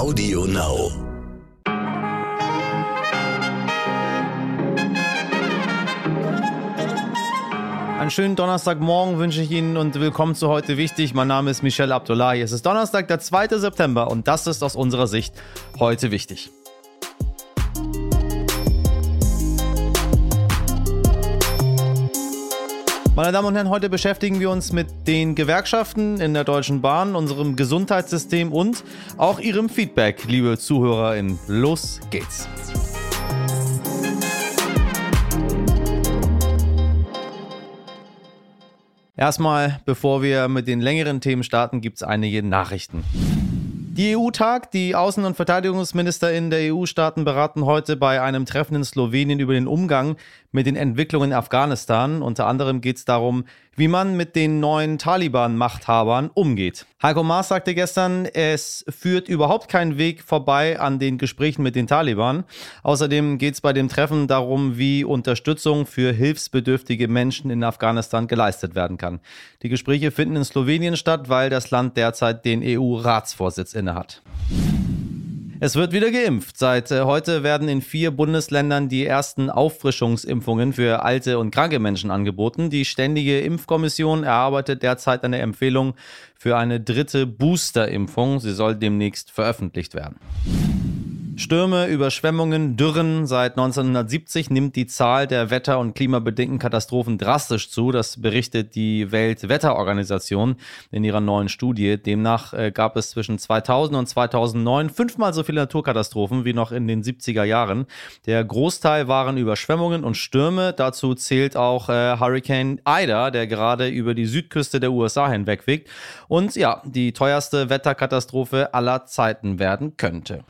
Audio Now. Einen schönen Donnerstagmorgen wünsche ich Ihnen und willkommen zu Heute Wichtig. Mein Name ist Michel Abdullahi. Es ist Donnerstag, der 2. September und das ist aus unserer Sicht Heute Wichtig. Meine Damen und Herren, heute beschäftigen wir uns mit den Gewerkschaften in der Deutschen Bahn, unserem Gesundheitssystem und auch Ihrem Feedback, liebe ZuhörerInnen. Los geht's! Erstmal, bevor wir mit den längeren Themen starten, gibt es einige Nachrichten. Die EU tagt. Die Außen- und VerteidigungsministerInnen der EU-Staaten beraten heute bei einem Treffen in Slowenien über den Umgang mit den Entwicklungen in Afghanistan. Unter anderem geht es darum, wie man mit den neuen Taliban-Machthabern umgeht. Heiko Maas sagte gestern, es führt überhaupt kein Weg vorbei an den Gesprächen mit den Taliban. Außerdem geht es bei dem Treffen darum, wie Unterstützung für hilfsbedürftige Menschen in Afghanistan geleistet werden kann. Die Gespräche finden in Slowenien statt, weil das Land derzeit den EU-Ratsvorsitz innehat. Es wird wieder geimpft. Seit heute werden in 4 Bundesländern die ersten Auffrischungsimpfungen für alte und kranke Menschen angeboten. Die Ständige Impfkommission erarbeitet derzeit eine Empfehlung für eine 3. Boosterimpfung. Sie soll demnächst veröffentlicht werden. Stürme, Überschwemmungen, Dürren. Seit 1970 nimmt die Zahl der wetter- und klimabedingten Katastrophen drastisch zu. Das berichtet die Weltwetterorganisation in ihrer neuen Studie. Demnach gab es zwischen 2000 und 2009 5-mal so viele Naturkatastrophen wie noch in den 70er Jahren. Der Großteil waren Überschwemmungen und Stürme. Dazu zählt auch Hurricane Ida, der gerade über die Südküste der USA hinwegfegt und ja, die teuerste Wetterkatastrophe aller Zeiten werden könnte.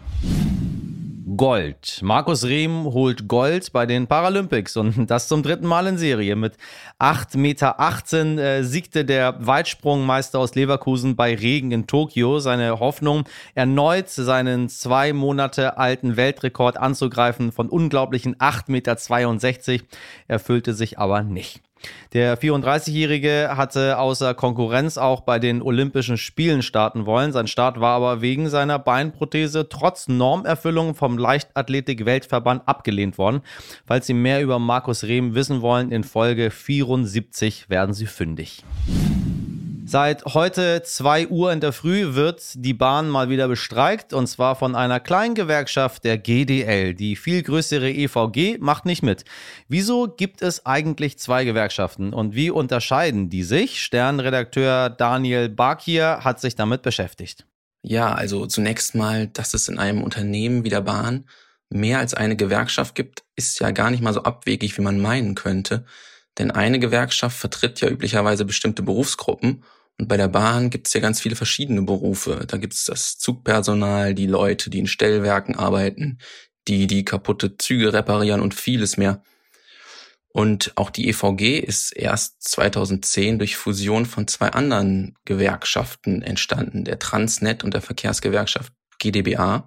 Gold. Markus Rehm holt Gold bei den Paralympics und das zum 3. Mal in Serie. Mit 8,18 Meter siegte der Weitsprungmeister aus Leverkusen bei Regen in Tokio. Seine Hoffnung, erneut seinen 2 Monate alten Weltrekord anzugreifen von unglaublichen 8,62 Meter, erfüllte sich aber nicht. Der 34-Jährige hatte außer Konkurrenz auch bei den Olympischen Spielen starten wollen. Sein Start war aber wegen seiner Beinprothese trotz Normerfüllung vom Leichtathletik-Weltverband abgelehnt worden. Falls Sie mehr über Markus Rehm wissen wollen, in Folge 74 werden Sie fündig. Seit heute 2 Uhr in der Früh wird die Bahn mal wieder bestreikt und zwar von einer kleinen Gewerkschaft der GDL. Die viel größere EVG macht nicht mit. Wieso gibt es eigentlich 2 Gewerkschaften und wie unterscheiden die sich? Stern-Redakteur Daniel Bakir hat sich damit beschäftigt. Ja, also zunächst mal, dass es in einem Unternehmen wie der Bahn mehr als eine Gewerkschaft gibt, ist ja gar nicht mal so abwegig, wie man meinen könnte. Denn eine Gewerkschaft vertritt ja üblicherweise bestimmte Berufsgruppen und bei der Bahn gibt es ja ganz viele verschiedene Berufe. Da gibt es das Zugpersonal, die Leute, die in Stellwerken arbeiten, die kaputte Züge reparieren und vieles mehr. Und auch die EVG ist erst 2010 durch Fusion von 2 anderen Gewerkschaften entstanden, der Transnet und der Verkehrsgewerkschaft GdBA.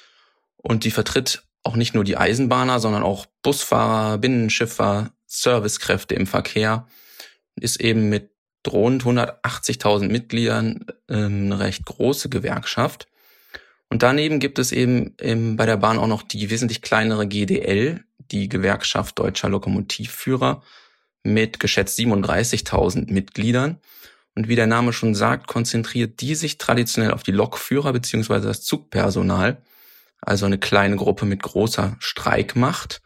Und die vertritt auch nicht nur die Eisenbahner, sondern auch Busfahrer, Binnenschiffer, Servicekräfte im Verkehr und ist eben mit rund 180.000 Mitgliedern eine recht große Gewerkschaft. Und daneben gibt es eben bei der Bahn auch noch die wesentlich kleinere GDL, die Gewerkschaft Deutscher Lokomotivführer, mit geschätzt 37.000 Mitgliedern. Und wie der Name schon sagt, konzentriert die sich traditionell auf die Lokführer bzw. das Zugpersonal, also eine kleine Gruppe mit großer Streikmacht.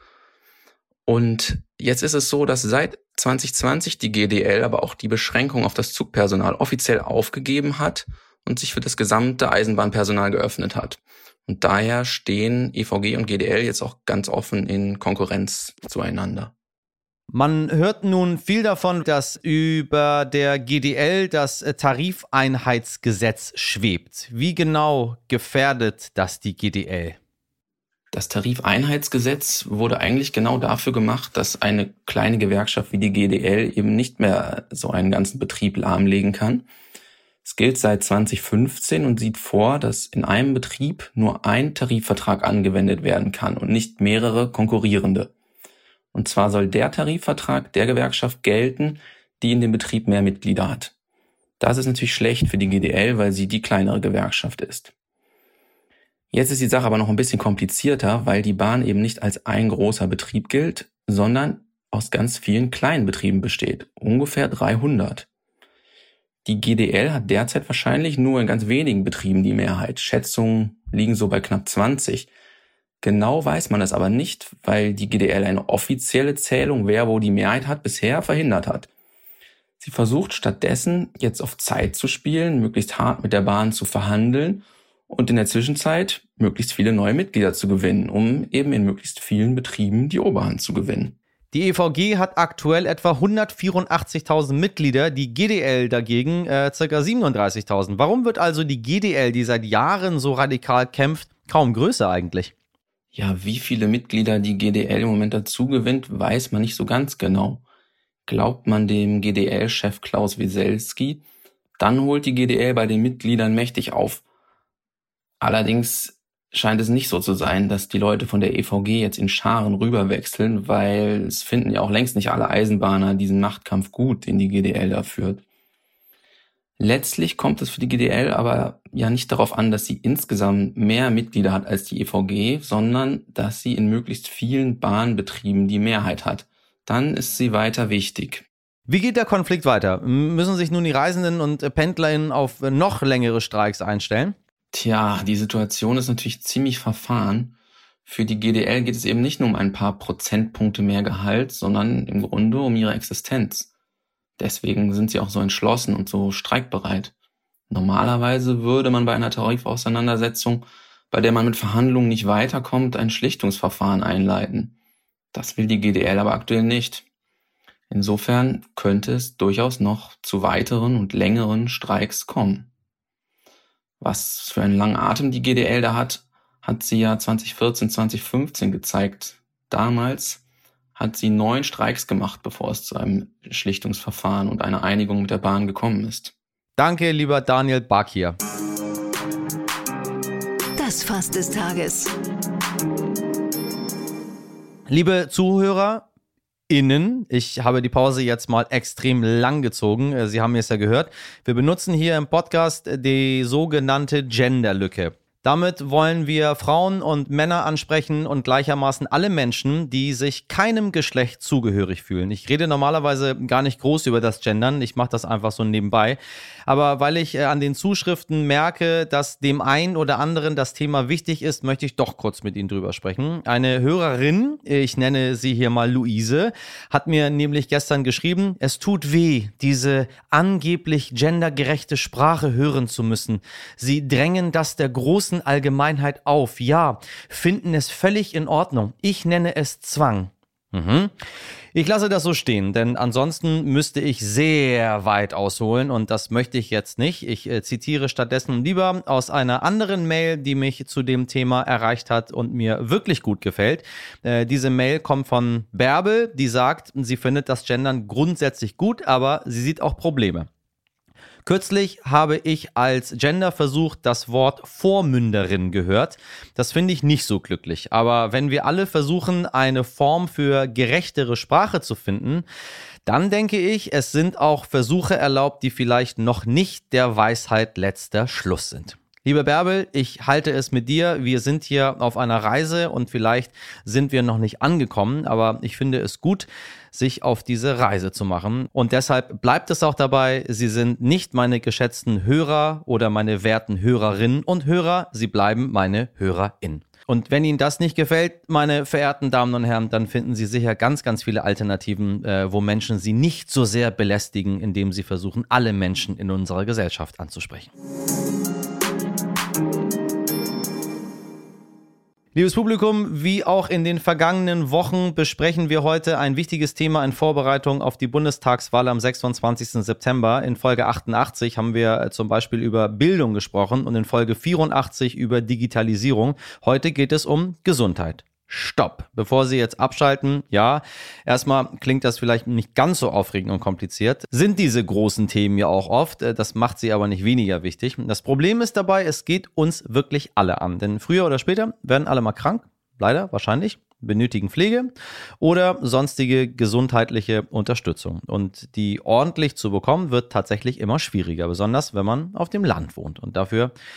Und jetzt ist es so, dass seit 2020 die GDL aber auch die Beschränkung auf das Zugpersonal offiziell aufgegeben hat und sich für das gesamte Eisenbahnpersonal geöffnet hat. Und daher stehen EVG und GDL jetzt auch ganz offen in Konkurrenz zueinander. Man hört nun viel davon, dass über der GDL das Tarifeinheitsgesetz schwebt. Wie genau gefährdet das die GDL? Das Tarifeinheitsgesetz wurde eigentlich genau dafür gemacht, dass eine kleine Gewerkschaft wie die GDL eben nicht mehr so einen ganzen Betrieb lahmlegen kann. Es gilt seit 2015 und sieht vor, dass in einem Betrieb nur ein Tarifvertrag angewendet werden kann und nicht mehrere konkurrierende. Und zwar soll der Tarifvertrag der Gewerkschaft gelten, die in dem Betrieb mehr Mitglieder hat. Das ist natürlich schlecht für die GDL, weil sie die kleinere Gewerkschaft ist. Jetzt ist die Sache aber noch ein bisschen komplizierter, weil die Bahn eben nicht als ein großer Betrieb gilt, sondern aus ganz vielen kleinen Betrieben besteht, ungefähr 300. Die GDL hat derzeit wahrscheinlich nur in ganz wenigen Betrieben die Mehrheit. Schätzungen liegen so bei knapp 20. Genau weiß man das aber nicht, weil die GDL eine offizielle Zählung, wer wo die Mehrheit hat, bisher verhindert hat. Sie versucht stattdessen, jetzt auf Zeit zu spielen, möglichst hart mit der Bahn zu verhandeln und in der Zwischenzeit möglichst viele neue Mitglieder zu gewinnen, um eben in möglichst vielen Betrieben die Oberhand zu gewinnen. Die EVG hat aktuell etwa 184.000 Mitglieder, die GDL dagegen ca. 37.000. Warum wird also die GDL, die seit Jahren so radikal kämpft, kaum größer eigentlich? Ja, wie viele Mitglieder die GDL im Moment dazu gewinnt, weiß man nicht so ganz genau. Glaubt man dem GDL-Chef Klaus Wieselski, dann holt die GDL bei den Mitgliedern mächtig auf. Allerdings scheint es nicht so zu sein, dass die Leute von der EVG jetzt in Scharen rüberwechseln, weil es finden ja auch längst nicht alle Eisenbahner diesen Machtkampf gut, den die GDL da führt. Letztlich kommt es für die GDL aber ja nicht darauf an, dass sie insgesamt mehr Mitglieder hat als die EVG, sondern dass sie in möglichst vielen Bahnbetrieben die Mehrheit hat. Dann ist sie weiter wichtig. Wie geht der Konflikt weiter? Müssen sich nun die Reisenden und PendlerInnen auf noch längere Streiks einstellen? Tja, die Situation ist natürlich ziemlich verfahren. Für die GDL geht es eben nicht nur um ein paar Prozentpunkte mehr Gehalt, sondern im Grunde um ihre Existenz. Deswegen sind sie auch so entschlossen und so streikbereit. Normalerweise würde man bei einer Tarifauseinandersetzung, bei der man mit Verhandlungen nicht weiterkommt, ein Schlichtungsverfahren einleiten. Das will die GDL aber aktuell nicht. Insofern könnte es durchaus noch zu weiteren und längeren Streiks kommen. Was für einen langen Atem die GDL da hat, hat sie ja 2014, 2015 gezeigt. Damals hat sie 9 Streiks gemacht, bevor es zu einem Schlichtungsverfahren und einer Einigung mit der Bahn gekommen ist. Danke, lieber Daniel Bakir. Das Fass des Tages. Liebe ZuhörerInnen, ich habe die Pause jetzt mal extrem lang gezogen. Sie haben es ja gehört. Wir benutzen hier im Podcast die sogenannte Genderlücke. Damit wollen wir Frauen und Männer ansprechen und gleichermaßen alle Menschen, die sich keinem Geschlecht zugehörig fühlen. Ich rede normalerweise gar nicht groß über das Gendern, ich mache das einfach so nebenbei. Aber weil ich an den Zuschriften merke, dass dem einen oder anderen das Thema wichtig ist, möchte ich doch kurz mit Ihnen drüber sprechen. Eine Hörerin, ich nenne sie hier mal Luise, hat mir nämlich gestern geschrieben, es tut weh, diese angeblich gendergerechte Sprache hören zu müssen. Sie drängen das der großen Allgemeinheit auf. Ja, finden es völlig in Ordnung. Ich nenne es Zwang. Ich lasse das so stehen, denn ansonsten müsste ich sehr weit ausholen und das möchte ich jetzt nicht. Ich zitiere stattdessen lieber aus einer anderen Mail, die mich zu dem Thema erreicht hat und mir wirklich gut gefällt. Diese Mail kommt von Bärbel, die sagt, sie findet das Gendern grundsätzlich gut, aber sie sieht auch Probleme. Kürzlich habe ich als Gender versucht, das Wort Vormünderin gehört. Das finde ich nicht so glücklich. Aber wenn wir alle versuchen, eine Form für gerechtere Sprache zu finden, dann denke ich, es sind auch Versuche erlaubt, die vielleicht noch nicht der Weisheit letzter Schluss sind. Liebe Bärbel, ich halte es mit dir. Wir sind hier auf einer Reise und vielleicht sind wir noch nicht angekommen, aber ich finde es gut, sich auf diese Reise zu machen. Und deshalb bleibt es auch dabei, Sie sind nicht meine geschätzten Hörer oder meine werten Hörerinnen und Hörer, Sie bleiben meine HörerInnen. Und wenn Ihnen das nicht gefällt, meine verehrten Damen und Herren, dann finden Sie sicher ganz, ganz viele Alternativen, wo Menschen Sie nicht so sehr belästigen, indem sie versuchen, alle Menschen in unserer Gesellschaft anzusprechen. Liebes Publikum, wie auch in den vergangenen Wochen besprechen wir heute ein wichtiges Thema in Vorbereitung auf die Bundestagswahl am 26. September. In Folge 88 haben wir zum Beispiel über Bildung gesprochen und in Folge 84 über Digitalisierung. Heute geht es um Gesundheit. Stopp! Bevor Sie jetzt abschalten, ja, erstmal klingt das vielleicht nicht ganz so aufregend und kompliziert. Sind diese großen Themen ja auch oft, das macht sie aber nicht weniger wichtig. Das Problem ist dabei, es geht uns wirklich alle an, denn früher oder später werden alle mal krank, leider, wahrscheinlich, benötigen Pflege oder sonstige gesundheitliche Unterstützung. Und die ordentlich zu bekommen, wird tatsächlich immer schwieriger, besonders wenn man auf dem Land wohnt. Und dafür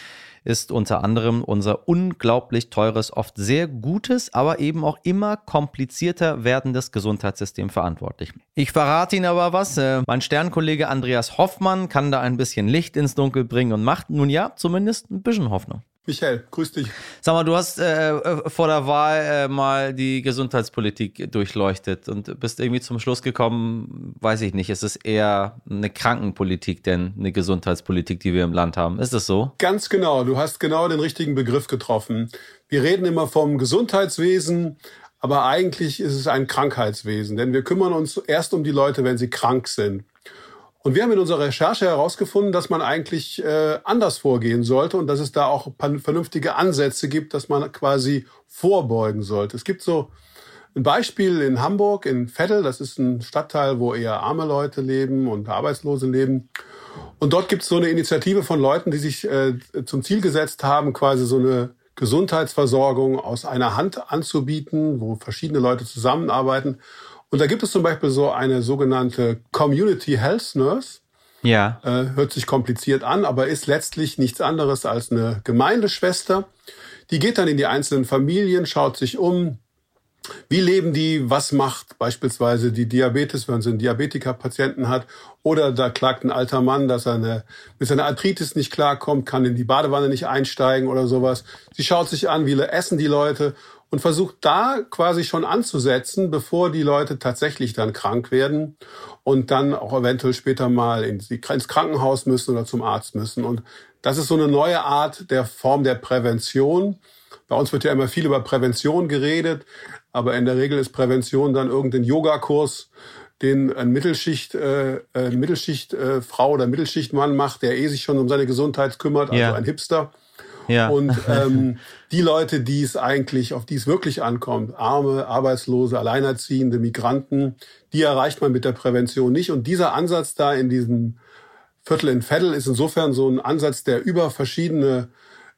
ist unter anderem unser unglaublich teures, oft sehr gutes, aber eben auch immer komplizierter werdendes Gesundheitssystem verantwortlich. Ich verrate Ihnen aber was. Mein Sternkollege Andreas Hoffmann kann da ein bisschen Licht ins Dunkel bringen und macht nun ja zumindest ein bisschen Hoffnung. Michael, grüß dich. Sag mal, du hast vor der Wahl mal die Gesundheitspolitik durchleuchtet und bist irgendwie zum Schluss gekommen, weiß ich nicht, es ist eher eine Krankenpolitik, denn eine Gesundheitspolitik, die wir im Land haben. Ist das so? Ganz genau, du hast genau den richtigen Begriff getroffen. Wir reden immer vom Gesundheitswesen, aber eigentlich ist es ein Krankheitswesen, denn wir kümmern uns erst um die Leute, wenn sie krank sind. Und wir haben in unserer Recherche herausgefunden, dass man eigentlich anders vorgehen sollte und dass es da auch vernünftige Ansätze gibt, dass man quasi vorbeugen sollte. Es gibt so ein Beispiel in Hamburg, in Veddel, das ist ein Stadtteil, wo eher arme Leute leben und Arbeitslose leben. Und dort gibt es so eine Initiative von Leuten, die sich zum Ziel gesetzt haben, quasi so eine Gesundheitsversorgung aus einer Hand anzubieten, wo verschiedene Leute zusammenarbeiten. Und da gibt es zum Beispiel so eine sogenannte Community Health Nurse. Ja. Hört sich kompliziert an, aber ist letztlich nichts anderes als eine Gemeindeschwester. Die geht dann in die einzelnen Familien, schaut sich um, wie leben die, was macht beispielsweise die Diabetes, wenn sie einen Diabetiker-Patienten hat. Oder da klagt ein alter Mann, dass er mit seiner Arthritis nicht klarkommt, kann in die Badewanne nicht einsteigen oder sowas. Sie schaut sich an, wie essen die Leute und versucht da quasi schon anzusetzen, bevor die Leute tatsächlich dann krank werden und dann auch eventuell später mal ins Krankenhaus müssen oder zum Arzt müssen. Und das ist so eine neue Art der Form der Prävention. Bei uns wird ja immer viel über Prävention geredet, aber in der Regel ist Prävention dann irgendein Yogakurs, den eine Mittelschichtfrau oder Mittelschichtmann macht, der sich schon um seine Gesundheit kümmert, also ein Hipster. Ja. Und die Leute, auf die es wirklich ankommt, Arme, Arbeitslose, Alleinerziehende, Migranten, die erreicht man mit der Prävention nicht. Und dieser Ansatz da in diesem Viertel in Veddel ist insofern so ein Ansatz, der über verschiedene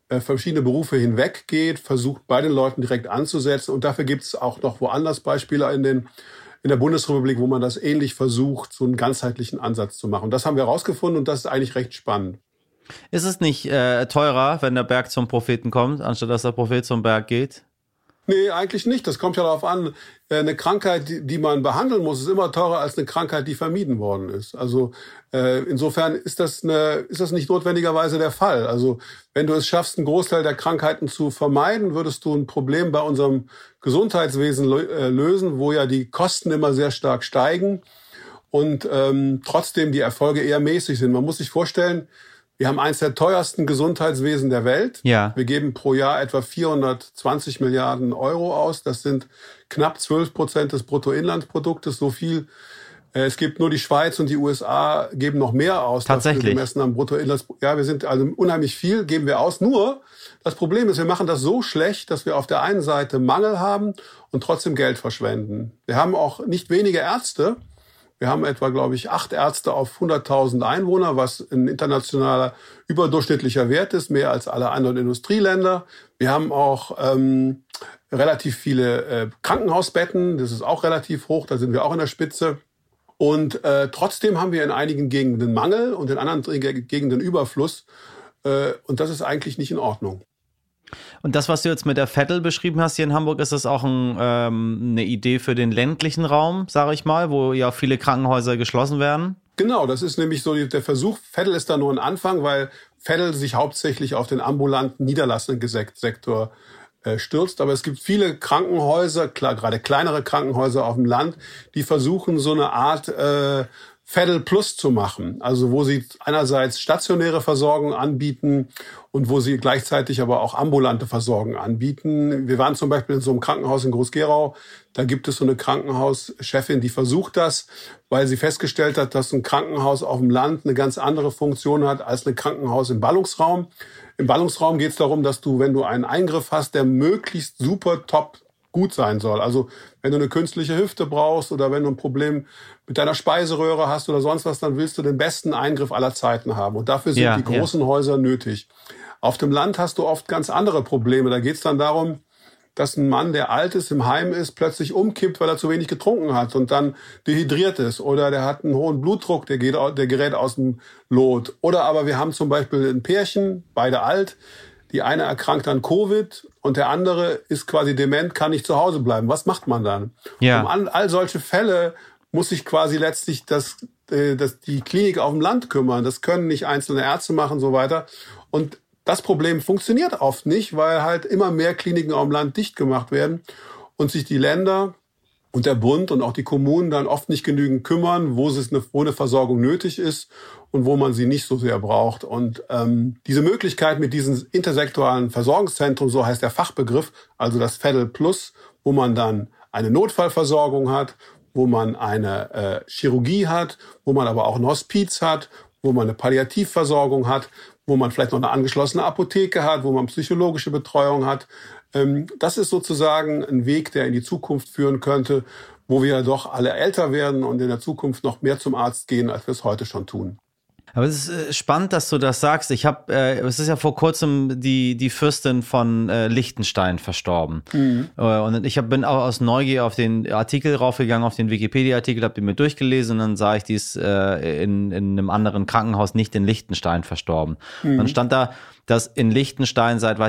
Berufe hinweggeht, versucht bei den Leuten direkt anzusetzen. Und dafür gibt es auch noch woanders Beispiele in der Bundesrepublik, wo man das ähnlich versucht, so einen ganzheitlichen Ansatz zu machen. Und das haben wir herausgefunden und das ist eigentlich recht spannend. Ist es nicht teurer, wenn der Berg zum Propheten kommt, anstatt dass der Prophet zum Berg geht? Nee, eigentlich nicht. Das kommt ja darauf an. Eine Krankheit, die man behandeln muss, ist immer teurer als eine Krankheit, die vermieden worden ist. Also insofern ist das nicht notwendigerweise der Fall. Also wenn du es schaffst, einen Großteil der Krankheiten zu vermeiden, würdest du ein Problem bei unserem Gesundheitswesen lösen, wo ja die Kosten immer sehr stark steigen und trotzdem die Erfolge eher mäßig sind. Man muss sich vorstellen, wir haben eines der teuersten Gesundheitswesen der Welt. Ja. Wir geben pro Jahr etwa 420 Milliarden Euro aus. Das sind knapp 12% des Bruttoinlandsproduktes. So viel. Es gibt nur die Schweiz und die USA geben noch mehr aus. Tatsächlich. Gemessen am Bruttoinlandsprodukt. Ja, wir sind also unheimlich viel, geben wir aus. Nur das Problem ist, wir machen das so schlecht, dass wir auf der einen Seite Mangel haben und trotzdem Geld verschwenden. Wir haben auch nicht wenige Ärzte. Wir haben etwa, glaube ich, 8 Ärzte auf 100.000 Einwohner, was ein internationaler überdurchschnittlicher Wert ist, mehr als alle anderen Industrieländer. Wir haben auch relativ viele Krankenhausbetten, das ist auch relativ hoch, da sind wir auch in der Spitze. Und trotzdem haben wir in einigen Gegenden Mangel und in anderen Gegenden Überfluss. Und das ist eigentlich nicht in Ordnung. Und das, was du jetzt mit der Veddel beschrieben hast hier in Hamburg, ist das auch eine Idee für den ländlichen Raum, sage ich mal, wo ja viele Krankenhäuser geschlossen werden? Genau, das ist nämlich so der Versuch. Veddel ist da nur ein Anfang, weil Veddel sich hauptsächlich auf den ambulanten Niederlassungssektor stürzt. Aber es gibt viele Krankenhäuser, gerade kleinere Krankenhäuser auf dem Land, die versuchen, so eine Art Veddel Plus zu machen. Also wo sie einerseits stationäre Versorgung anbieten und wo sie gleichzeitig aber auch ambulante Versorgung anbieten. Wir waren zum Beispiel in so einem Krankenhaus in Groß-Gerau. Da gibt es so eine Krankenhauschefin, die versucht das, weil sie festgestellt hat, dass ein Krankenhaus auf dem Land eine ganz andere Funktion hat als ein Krankenhaus im Ballungsraum. Im Ballungsraum geht es darum, dass du, wenn du einen Eingriff hast, der möglichst super top gut sein soll. Also wenn du eine künstliche Hüfte brauchst oder wenn du ein Problem mit deiner Speiseröhre hast oder sonst was, dann willst du den besten Eingriff aller Zeiten haben. Und dafür sind die großen Häuser nötig. Auf dem Land hast du oft ganz andere Probleme. Da geht es dann darum, dass ein Mann, der alt ist, im Heim ist, plötzlich umkippt, weil er zu wenig getrunken hat und dann dehydriert ist. Oder der hat einen hohen Blutdruck, der gerät aus dem Lot. Oder aber wir haben zum Beispiel ein Pärchen, beide alt, Die eine erkrankt an Covid und der andere ist quasi dement, kann nicht zu Hause bleiben. Was macht man dann? Ja. Um all solche Fälle muss sich quasi letztlich die Klinik auf dem Land kümmern. Das können nicht einzelne Ärzte machen und so weiter. Und das Problem funktioniert oft nicht, weil halt immer mehr Kliniken auf dem Land dicht gemacht werden und sich die Länder und der Bund und auch die Kommunen dann oft nicht genügend kümmern, wo eine Versorgung nötig ist und wo man sie nicht so sehr braucht. Und diese Möglichkeit mit diesen intersektoralen Versorgungszentren, so heißt der Fachbegriff, also das Fedel Plus, wo man dann eine Notfallversorgung hat, wo man eine Chirurgie hat, wo man aber auch ein Hospiz hat, wo man eine Palliativversorgung hat, wo man vielleicht noch eine angeschlossene Apotheke hat, wo man psychologische Betreuung hat. Das ist sozusagen ein Weg, der in die Zukunft führen könnte, wo wir doch alle älter werden und in der Zukunft noch mehr zum Arzt gehen, als wir es heute schon tun. Aber es ist spannend, dass du das sagst. Es ist ja vor kurzem die Fürstin von Liechtenstein verstorben. Mhm. Und ich bin auch aus Neugier auf den Artikel raufgegangen, auf den Wikipedia-Artikel, habe den mir durchgelesen und dann sah ich, die ist in einem anderen Krankenhaus nicht in Liechtenstein verstorben. Mhm. Dann stand da, dass in Liechtenstein seit,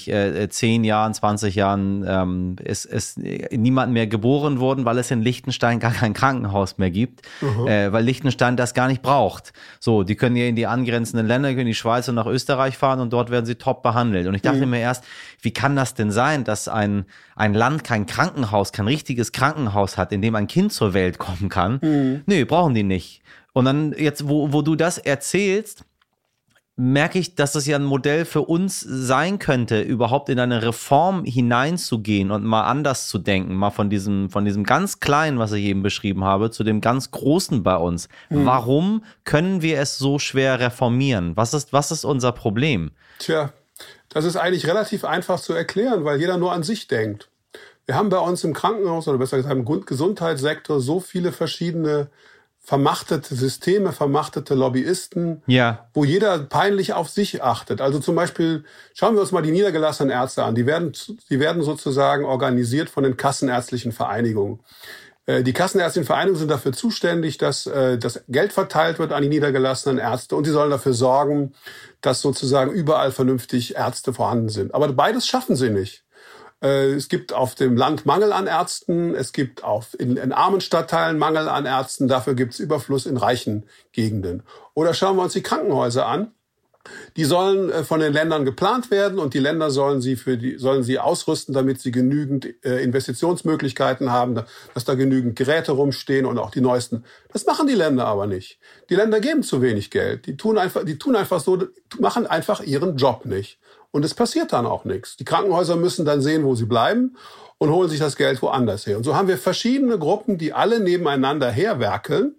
10 Jahren, 20 Jahren ist niemand mehr geboren worden, weil es in Liechtenstein gar kein Krankenhaus mehr gibt, weil Liechtenstein das gar nicht braucht. So, die können ja in die angrenzenden Länder, können in die Schweiz und nach Österreich fahren und dort werden sie top behandelt. Und ich dachte mir erst, wie kann das denn sein, dass ein Land kein Krankenhaus, kein richtiges Krankenhaus hat, in dem ein Kind zur Welt kommen kann? Nö, brauchen die nicht. Und dann jetzt, wo du das erzählst, merke ich, dass es ja ein Modell für uns sein könnte, überhaupt in eine Reform hineinzugehen und mal anders zu denken, mal von diesem ganz Kleinen, was ich eben beschrieben habe, zu dem ganz Großen bei uns. Warum können wir es so schwer reformieren? Was ist unser Problem? Tja, das ist eigentlich relativ einfach zu erklären, weil jeder nur an sich denkt. Wir haben bei uns im Krankenhaus oder besser gesagt im Gesundheitssektor so viele verschiedene vermachtete Systeme, vermachtete Lobbyisten, wo jeder peinlich auf sich achtet. Also zum Beispiel, schauen wir uns mal die niedergelassenen Ärzte an. Die werden sozusagen organisiert von den kassenärztlichen Vereinigungen. Die kassenärztlichen Vereinigungen sind dafür zuständig, dass das Geld verteilt wird an die niedergelassenen Ärzte und sie sollen dafür sorgen, dass sozusagen überall vernünftig Ärzte vorhanden sind. Aber beides schaffen sie nicht. Es gibt auf dem Land Mangel an Ärzten, es gibt in armen Stadtteilen Mangel an Ärzten, dafür gibt es Überfluss in reichen Gegenden. Oder schauen wir uns die Krankenhäuser an. Die sollen von den Ländern geplant werden und die Länder sollen sie ausrüsten, damit sie genügend Investitionsmöglichkeiten haben, dass da genügend Geräte rumstehen und auch die neuesten. Das machen die Länder aber nicht. Die Länder geben zu wenig Geld. Machen einfach ihren Job nicht. Und es passiert dann auch nichts. Die Krankenhäuser müssen dann sehen, wo sie bleiben und holen sich das Geld woanders her. Und so haben wir verschiedene Gruppen, die alle nebeneinander herwerkeln.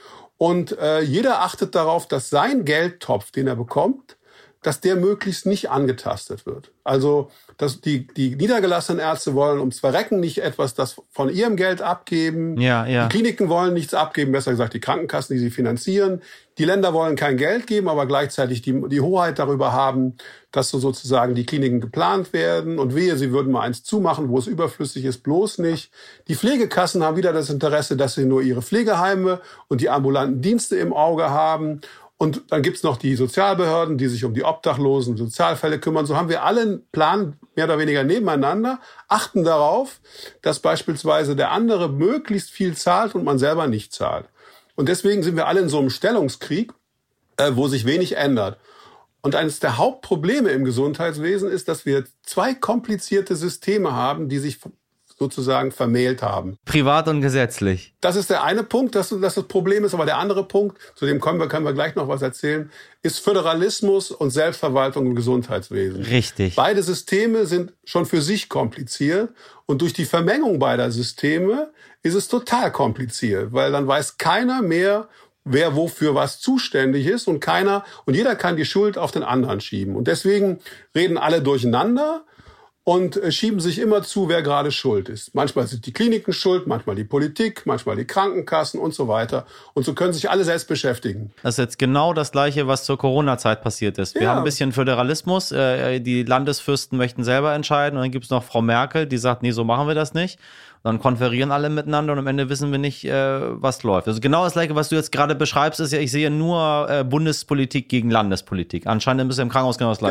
Und jeder achtet darauf, dass sein Geldtopf, den er bekommt, dass der möglichst nicht angetastet wird. Also dass die niedergelassenen Ärzte wollen ums Verrecken nicht etwas das von ihrem Geld abgeben. Ja. Die Kliniken wollen nichts abgeben, besser gesagt die Krankenkassen, die sie finanzieren. Die Länder wollen kein Geld geben, aber gleichzeitig die Hoheit darüber haben, dass so sozusagen die Kliniken geplant werden. Und wehe, sie würden mal eins zumachen, wo es überflüssig ist, bloß nicht. Die Pflegekassen haben wieder das Interesse, dass sie nur ihre Pflegeheime und die ambulanten Dienste im Auge haben. Und dann gibt's noch die Sozialbehörden, die sich um die Obdachlosen, Sozialfälle kümmern. So haben wir alle einen Plan mehr oder weniger nebeneinander, achten darauf, dass beispielsweise der andere möglichst viel zahlt und man selber nicht zahlt. Und deswegen sind wir alle in so einem Stellungskrieg, wo sich wenig ändert. Und eines der Hauptprobleme im Gesundheitswesen ist, dass wir 2 komplizierte Systeme haben, die sich sozusagen vermählt haben. Privat und gesetzlich. Das ist der eine Punkt, dass das Problem ist. Aber der andere Punkt, zu dem können wir gleich noch was erzählen, ist Föderalismus und Selbstverwaltung im Gesundheitswesen. Richtig. Beide Systeme sind schon für sich kompliziert. Und durch die Vermengung beider Systeme ist es total kompliziert, weil dann weiß keiner mehr, wer wofür was zuständig ist und jeder kann die Schuld auf den anderen schieben. Und deswegen reden alle durcheinander und schieben sich immer zu, wer gerade schuld ist. Manchmal sind die Kliniken schuld, manchmal die Politik, manchmal die Krankenkassen und so weiter. Und so können sich alle selbst beschäftigen. Das ist jetzt genau das Gleiche, was zur Corona-Zeit passiert ist. Wir haben ein bisschen Föderalismus. Die Landesfürsten möchten selber entscheiden. Und dann gibt es noch Frau Merkel, die sagt, nee, so machen wir das nicht. Und dann konferieren alle miteinander und am Ende wissen wir nicht, was läuft. Also genau das Gleiche, was du jetzt gerade beschreibst, ist ja, ich sehe nur Bundespolitik gegen Landespolitik. Anscheinend ist es im Krankenhaus genau das Gleiche. Genau.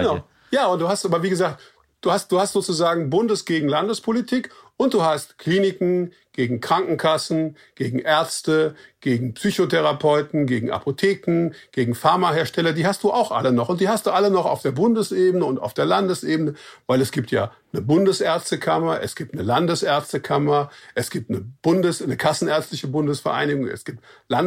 Ja, und du hast aber, wie gesagt, du hast sozusagen Bundes- gegen Landespolitik und du hast Kliniken gegen Krankenkassen, gegen Ärzte, gegen Psychotherapeuten, gegen Apotheken, gegen Pharmahersteller. Die hast du auch alle noch. Und die hast du alle noch auf der Bundesebene und auf der Landesebene, weil es gibt ja eine Bundesärztekammer, es gibt eine Landesärztekammer, es gibt eine Kassenärztliche Bundesvereinigung, es gibt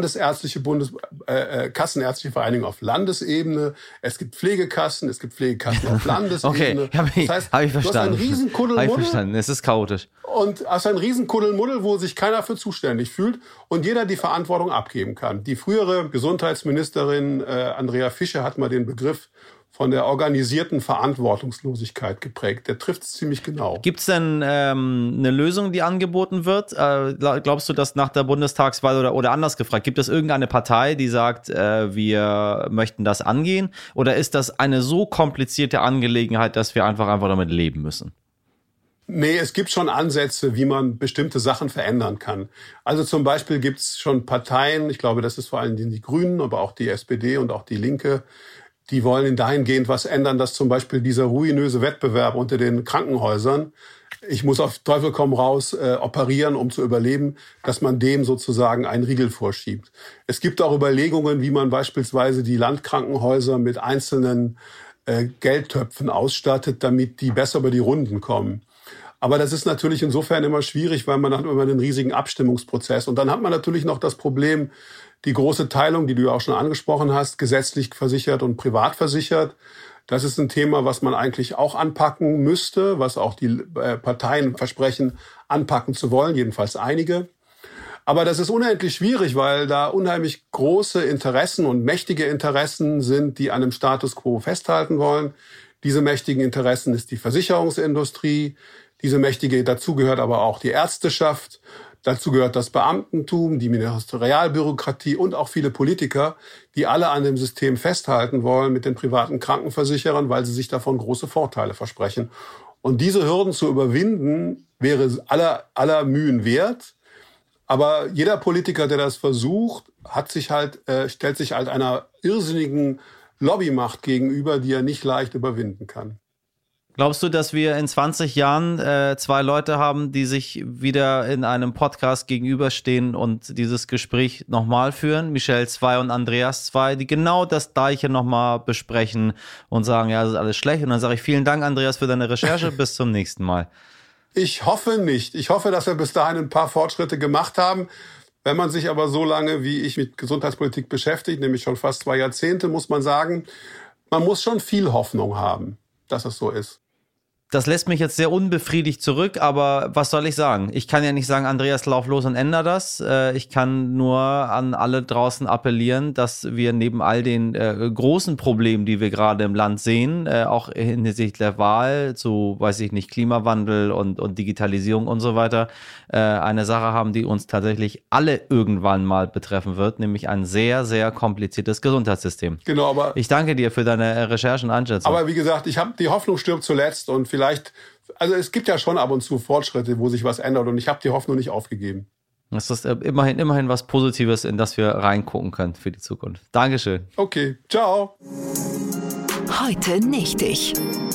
Kassenärztliche Vereinigung auf Landesebene, es gibt Pflegekassen, es gibt Pflegekassen auf Landesebene. Okay, das heißt, hab ich verstanden. Du hast einen riesen Kuddelmuddel. Hab ich verstanden, es ist chaotisch. Und hast einen riesen Kuddelmuddel, wo sich keiner für zuständig fühlt und jeder die Verantwortung abgeben kann. Die frühere Gesundheitsministerin Andrea Fischer hat mal den Begriff von der organisierten Verantwortungslosigkeit geprägt. Der trifft es ziemlich genau. Gibt es denn eine Lösung, die angeboten wird? Glaubst du, dass nach der Bundestagswahl oder anders gefragt, gibt es irgendeine Partei, die sagt, wir möchten das angehen? Oder ist das eine so komplizierte Angelegenheit, dass wir einfach damit leben müssen? Nee, es gibt schon Ansätze, wie man bestimmte Sachen verändern kann. Also zum Beispiel gibt es schon Parteien, ich glaube, das ist vor allem die Grünen, aber auch die SPD und auch die Linke, die wollen dahingehend was ändern, dass zum Beispiel dieser ruinöse Wettbewerb unter den Krankenhäusern, ich muss auf Teufel komm raus operieren, um zu überleben, dass man dem sozusagen einen Riegel vorschiebt. Es gibt auch Überlegungen, wie man beispielsweise die Landkrankenhäuser mit einzelnen Geldtöpfen ausstattet, damit die besser über die Runden kommen. Aber das ist natürlich insofern immer schwierig, weil man hat immer einen riesigen Abstimmungsprozess. Und dann hat man natürlich noch das Problem, die große Teilung, die du ja auch schon angesprochen hast, gesetzlich versichert und privat versichert. Das ist ein Thema, was man eigentlich auch anpacken müsste, was auch die Parteien versprechen, anpacken zu wollen, jedenfalls einige. Aber das ist unendlich schwierig, weil da unheimlich große Interessen und mächtige Interessen sind, die an einem Status quo festhalten wollen. Diese mächtigen Interessen ist die Versicherungsindustrie. Dazu gehört aber auch die Ärzteschaft, dazu gehört das Beamtentum, die Ministerialbürokratie und auch viele Politiker, die alle an dem System festhalten wollen mit den privaten Krankenversicherern, weil sie sich davon große Vorteile versprechen. Und diese Hürden zu überwinden, wäre aller Mühen wert. Aber jeder Politiker, der das versucht, stellt sich halt einer irrsinnigen Lobbymacht gegenüber, die er nicht leicht überwinden kann. Glaubst du, dass wir in 20 Jahren 2 Leute haben, die sich wieder in einem Podcast gegenüberstehen und dieses Gespräch nochmal führen? Michel 2 und Andreas 2, die genau das Gleiche nochmal besprechen und sagen, ja, das ist alles schlecht. Und dann sage ich, vielen Dank, Andreas, für deine Recherche. Bis zum nächsten Mal. Ich hoffe nicht. Ich hoffe, dass wir bis dahin ein paar Fortschritte gemacht haben. Wenn man sich aber so lange wie ich mit Gesundheitspolitik beschäftigt, nämlich schon fast 2 Jahrzehnte, muss man sagen, man muss schon viel Hoffnung haben, dass es so ist. Das lässt mich jetzt sehr unbefriedigt zurück, aber was soll ich sagen? Ich kann ja nicht sagen, Andreas, lauf los und änder das. Ich kann nur an alle draußen appellieren, dass wir neben all den großen Problemen, die wir gerade im Land sehen, auch hinsichtlich der Wahl zu, Klimawandel und Digitalisierung und so weiter, eine Sache haben, die uns tatsächlich alle irgendwann mal betreffen wird, nämlich ein sehr, sehr kompliziertes Gesundheitssystem. Genau, aber ich danke dir für deine Recherchen und Einschätzung. Aber wie gesagt, die Hoffnung stirbt zuletzt und also es gibt ja schon ab und zu Fortschritte, wo sich was ändert und ich habe die Hoffnung nicht aufgegeben. Das ist immerhin was Positives, in das wir reingucken können für die Zukunft. Dankeschön. Okay, ciao. Heute nicht ich.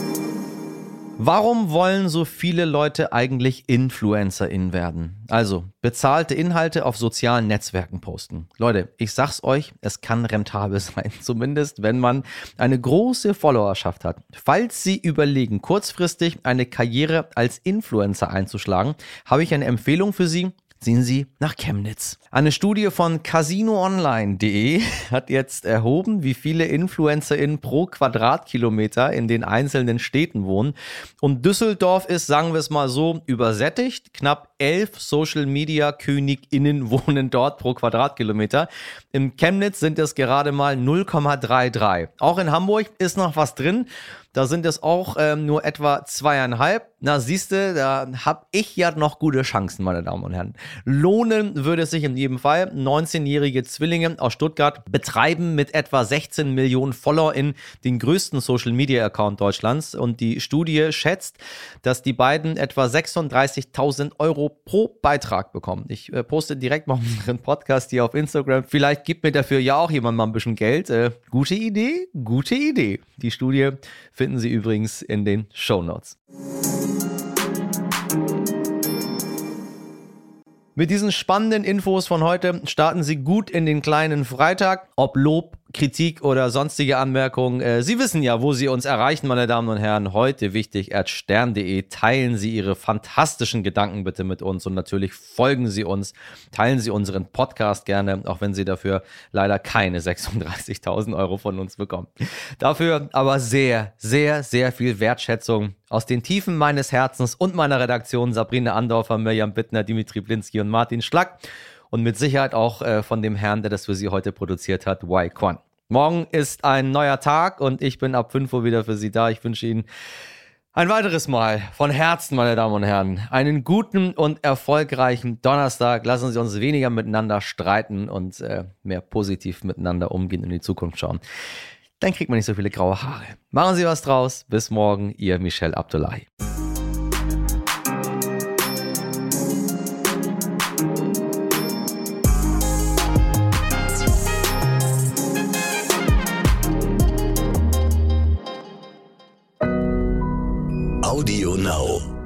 Warum wollen so viele Leute eigentlich InfluencerInnen werden? Also bezahlte Inhalte auf sozialen Netzwerken posten. Leute, ich sag's euch, es kann rentabel sein, zumindest wenn man eine große Followerschaft hat. Falls Sie überlegen, kurzfristig eine Karriere als Influencer einzuschlagen, habe ich eine Empfehlung für Sie. Ziehen Sie nach Chemnitz. Eine Studie von casinoonline.de hat jetzt erhoben, wie viele InfluencerInnen pro Quadratkilometer in den einzelnen Städten wohnen. Und Düsseldorf ist, sagen wir es mal so, übersättigt. Knapp 11 Social-Media-KönigInnen wohnen dort pro Quadratkilometer. Im Chemnitz sind es gerade mal 0,33. Auch in Hamburg ist noch was drin. Da sind es auch nur etwa 2,5. Na siehste, da habe ich ja noch gute Chancen, meine Damen und Herren. Lohnen würde es sich in jedem Fall. 19-jährige Zwillinge aus Stuttgart betreiben mit etwa 16 Millionen FollowerInnen den größten Social-Media-Account Deutschlands. Und die Studie schätzt, dass die beiden etwa 36.000 Euro pro Beitrag bekommen. Ich poste direkt mal unseren Podcast hier auf Instagram. Vielleicht gibt mir dafür ja auch jemand mal ein bisschen Geld. Gute Idee, gute Idee. Die Studie finden finden Sie übrigens in den Shownotes. Mit diesen spannenden Infos von heute starten Sie gut in den kleinen Freitag. Ob Lob, Kritik oder sonstige Anmerkungen, Sie wissen ja, wo Sie uns erreichen, meine Damen und Herren. Heute wichtig, @stern.de. Teilen Sie Ihre fantastischen Gedanken bitte mit uns und natürlich folgen Sie uns. Teilen Sie unseren Podcast gerne, auch wenn Sie dafür leider keine 36.000 Euro von uns bekommen. Dafür aber sehr, sehr, sehr viel Wertschätzung aus den Tiefen meines Herzens und meiner Redaktion: Sabrina Andorfer, Mirjam Bittner, Dimitri Blinski und Martin Schlack. Und mit Sicherheit auch von dem Herrn, der das für Sie heute produziert hat, Wai Quan. Morgen ist ein neuer Tag und ich bin ab 5 Uhr wieder für Sie da. Ich wünsche Ihnen ein weiteres Mal von Herzen, meine Damen und Herren, einen guten und erfolgreichen Donnerstag. Lassen Sie uns weniger miteinander streiten und mehr positiv miteinander umgehen und in die Zukunft schauen. Dann kriegt man nicht so viele graue Haare. Machen Sie was draus. Bis morgen, Ihr Michel Abdullahi. Audio Now.